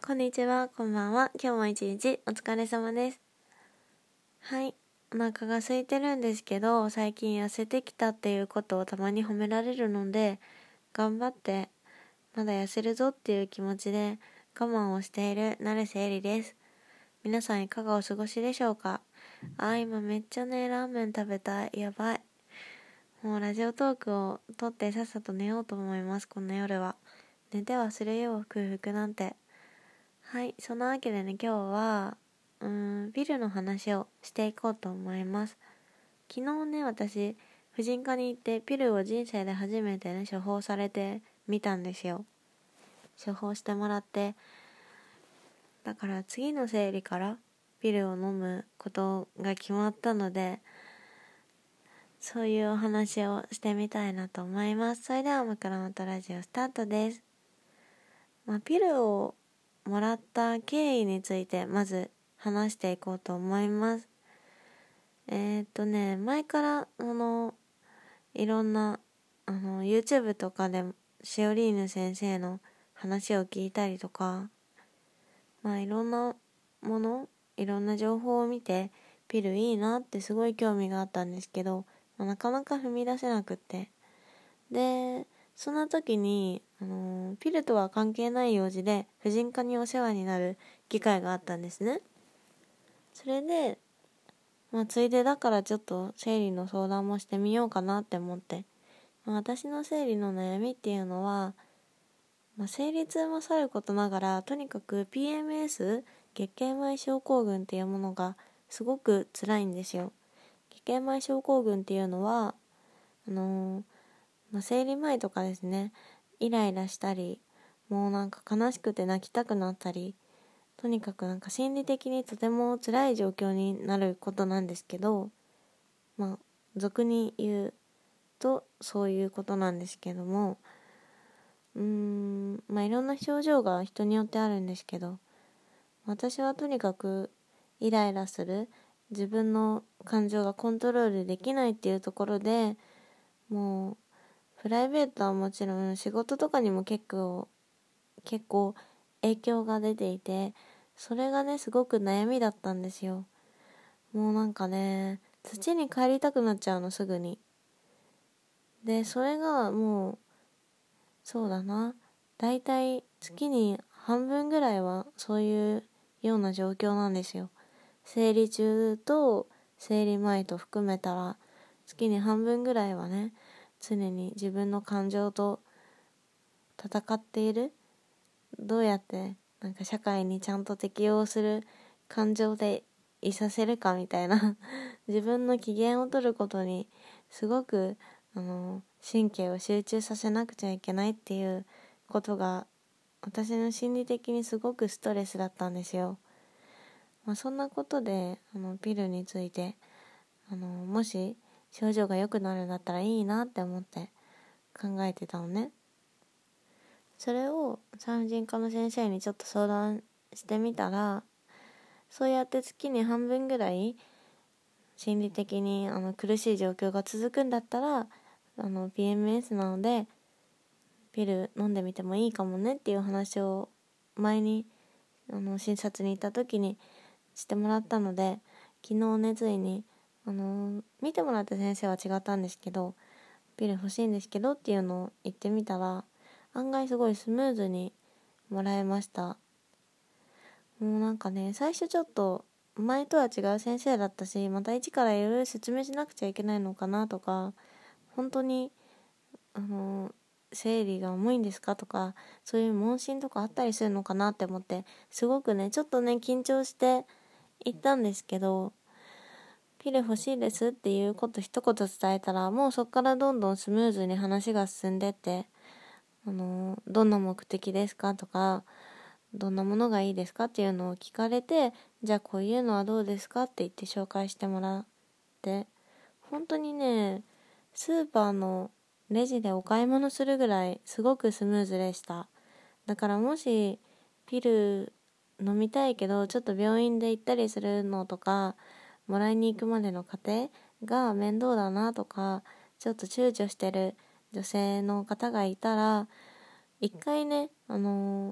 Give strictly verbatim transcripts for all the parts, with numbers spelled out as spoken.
こんにちは、こんばんは。今日も一日お疲れ様です。はい、お腹が空いてるんですけど、最近痩せてきたっていうことをたまに褒められるので、頑張ってまだ痩せるぞっていう気持ちで我慢をしている成瀬えりです。皆さんいかがお過ごしでしょうか？あー、今めっちゃね、ラーメン食べたい。やばい。もうラジオトークを撮ってさっさと寝ようと思います。こんな夜は寝て忘れよう、空腹なんて。はい、そんなわけでね、今日はうーんピルの話をしていこうと思います。昨日ね、私婦人科に行ってピルを人生で初めてね処方されてみたんですよ。処方してもらって、だから次の生理からピルを飲むことが決まったので、そういうお話をしてみたいなと思います。それでは枕元ラジオスタートです。まあ、ピルをもらった経緯についてまず話していこうと思います。えー、っとね前からあのいろんなあの YouTube とかでシオリーヌ先生の話を聞いたりとか、まあいろんなものいろんな情報を見てピルいいなってすごい興味があったんですけど、まあ、なかなか踏み出せなくって、でそんな時に、あのーピルとは関係ない用事で婦人科にお世話になる機会があったんですね。それで、まあ、ついでだからちょっと生理の相談もしてみようかなって思って、まあ、私の生理の悩みっていうのは、まあ、生理痛もさることながら、とにかく ピーエムエス 月経前症候群っていうものがすごく辛いんですよ。月経前症候群っていうのはあのーまあ、生理前とかですね、イライラしたり、もうなんか悲しくて泣きたくなったり、とにかくなんか心理的にとても辛い状況になることなんですけど、まあ俗に言うとそういうことなんですけども、うーんまあいろんな症状が人によってあるんですけど、私はとにかくイライラする、自分の感情がコントロールできないっていうところで、もうプライベートはもちろん仕事とかにも結構結構影響が出ていて、それがねすごく悩みだったんですよ。もうなんかね、土に帰りたくなっちゃうの、すぐに。でそれがもう、そうだな、だいたい月に半分ぐらいはそういうような状況なんですよ。生理中と生理前と含めたら月に半分ぐらいはね、常に自分の感情と戦っている、どうやってなんか社会にちゃんと適応する感情でいさせるかみたいな自分の機嫌を取ることにすごくあの神経を集中させなくちゃいけないっていうことが、私の心理的にすごくストレスだったんですよ。まあ、そんなことであのピルについてあのもし症状が良くなるんだったらいいなって思って考えてたのね。それを産婦人科の先生にちょっと相談してみたら、そうやって月に半分ぐらい心理的にあの苦しい状況が続くんだったら、あの ピーエムエス なのでピル飲んでみてもいいかもねっていう話を前にあの診察に行った時にしてもらったので、昨日ねついにあの見てもらった先生は違ったんですけど、ピル欲しいんですけどっていうのを言ってみたら、案外すごいスムーズにもらえました。もうなんかね、最初ちょっと前とは違う先生だったし、また一からいろいろ説明しなくちゃいけないのかなとか、本当にあの生理が重いんですかとか、そういう問診とかあったりするのかなって思って、すごくねちょっとね緊張して行ったんですけど、ピル欲しいですっていうこと一言伝えたら、もうそこからどんどんスムーズに話が進んでって、あのどんな目的ですかとか、どんなものがいいですかっていうのを聞かれて、じゃあこういうのはどうですかって言って紹介してもらって、本当にねスーパーのレジでお買い物するぐらいすごくスムーズでした。だからもしピル飲みたいけどちょっと病院で行ったりするのとか、もらいに行くまでの過程が面倒だなとか、ちょっと躊躇してる女性の方がいたら、一回ねあの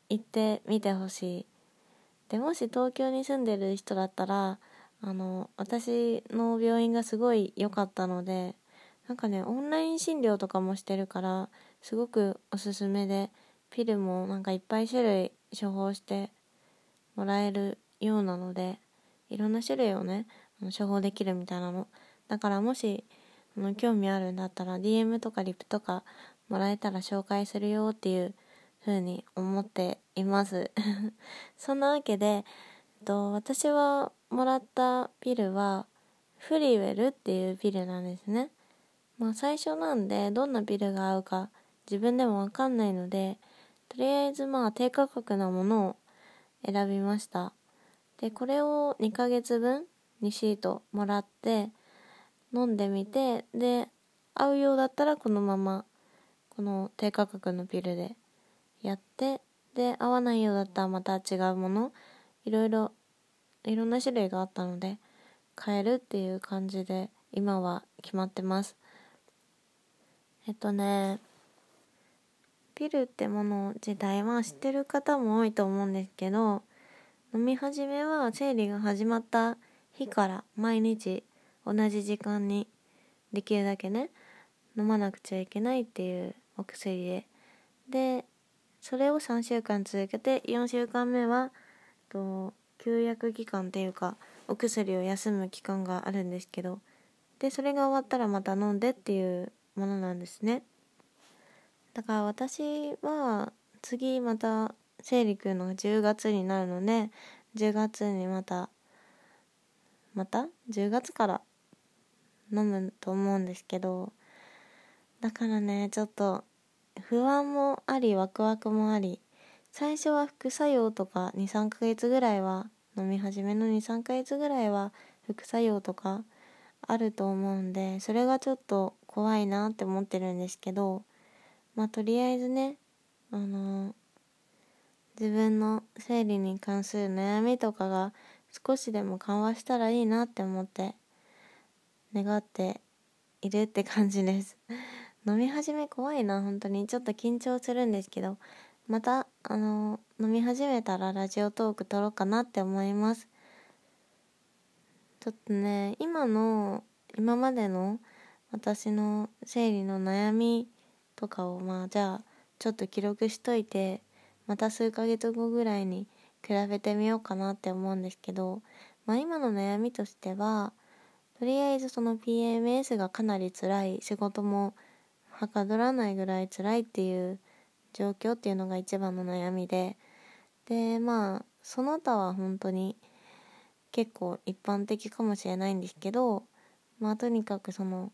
行ってみてほしい。でもし東京に住んでる人だったら、あの私の病院がすごい良かったので、なんかねオンライン診療とかもしてるからすごくおすすめで、ピルもなんかいっぱい種類処方してもらえるようなので、いろんな種類をね処方できるみたいなのだから、もしあの興味あるんだったら ディーエム とかリプとかもらえたら紹介するよっていう風に思っていますそんなわけで、えっと、私はもらったピルはフリウェルっていうピルなんですね。まあ最初なんでどんなピルが合うか自分でもわかんないので、とりあえずまあ低価格なものを選びました。でこれをにかげつぶんにシートもらって飲んでみて、で合うようだったらこのままこの低価格のピルでやって、で合わないようだったらまた違うもの、いろいろいろんな種類があったので変えるっていう感じで今は決まってます。えっとねピルってもの自体は知ってる方も多いと思うんですけど、飲み始めは生理が始まった日から毎日同じ時間にできるだけね飲まなくちゃいけないっていうお薬で、でそれをさんしゅうかん続けて、よんしゅうかんめはと休薬期間っていうかお薬を休む期間があるんですけど、でそれが終わったらまた飲んでっていうものなんですね。だから私は次また生理来るのがじゅうがつになるので、じゅうがつにまたまたじゅうがつから飲むと思うんですけど、だからねちょっと不安もありワクワクもあり、最初は副作用とかにさんかげつぐらいは、飲み始めのにさんかげつぐらいは副作用とかあると思うんで、それがちょっと怖いなって思ってるんですけど、まあとりあえずねあの自分の生理に関する悩みとかが少しでも緩和したらいいなって思って願っているって感じです飲み始め怖いな、本当にちょっと緊張するんですけど、またあの飲み始めたらラジオトーク撮ろうかなって思います。ちょっとね今の今までの私の生理の悩みとかをまあじゃあちょっと記録しといて、また数ヶ月後ぐらいに比べてみようかなって思うんですけど、まあ今の悩みとしてはとりあえずその ピーエムエス がかなり辛い、仕事もはかどらないぐらい辛いっていう状況っていうのが一番の悩みで、でまあその他は本当に結構一般的かもしれないんですけど、まあとにかくその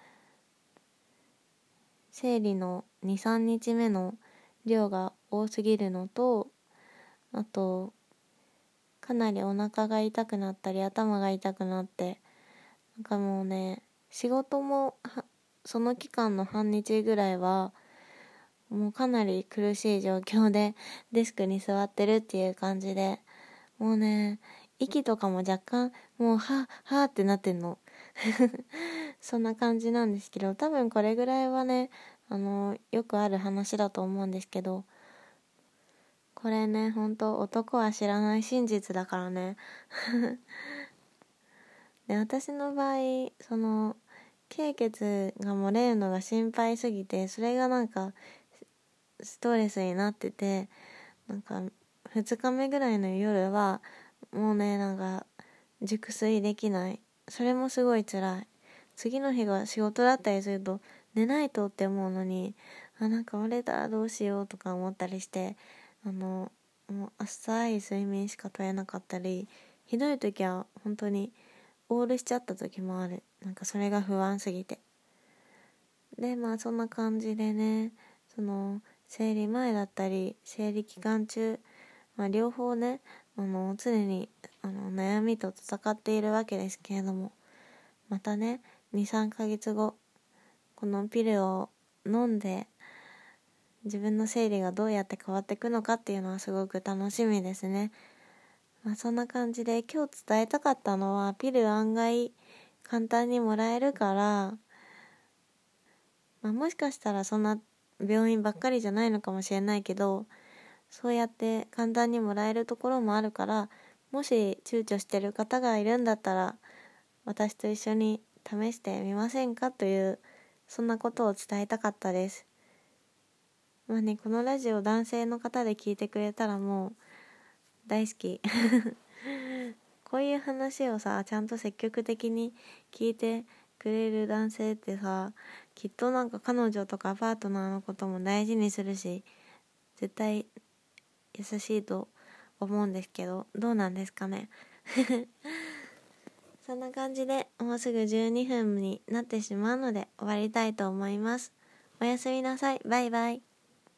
生理のにさんにちめの量が多すぎるのと、あとかなりお腹が痛くなったり頭が痛くなって、なんかもうね仕事もその期間の半日ぐらいはもうかなり苦しい状況でデスクに座ってるっていう感じで、もうね息とかも若干もうはぁはぁってなってんのそんな感じなんですけど、多分これぐらいはねあのよくある話だと思うんですけど、これねほんと男は知らない真実だからねで私の場合その経血が漏れるのが心配すぎて、それがなんかストレスになってて、なんかふつかめぐらいの夜はもうねなんか熟睡できない、それもすごい辛い。次の日が仕事だったりすると寝ないとって思うのに、あなんか割れたらどうしようとか思ったりして、あのもう浅い睡眠しか取れなかったり、ひどい時は本当にオールしちゃった時もある。なんかそれが不安すぎて、でまあそんな感じでね、その生理前だったり生理期間中、まあ、両方ねあの常にあの悩みと戦っているわけですけれども、またねにさんかげつごこのピルを飲んで自分の生理がどうやって変わっていくのかっていうのはすごく楽しみですね。まあ、そんな感じで今日伝えたかったのは、ピル案外簡単にもらえるから、まあ、もしかしたらそんな病院ばっかりじゃないのかもしれないけど、 そうやって簡単にもらえるところもあるから、もし躊躇してる方がいるんだったら私と一緒に試してみませんかという、そんなことを伝えたかったです。まあね、このラジオ男性の方で聞いてくれたらもう大好きこういう話をさ、ちゃんと積極的に聞いてくれる男性ってさ、きっとなんか彼女とかパートナーのことも大事にするし、絶対優しいと思うんですけど、どうなんですかねそんな感じでもうすぐじゅうにふんになってしまうので終わりたいと思います。おやすみなさい。バイバイ。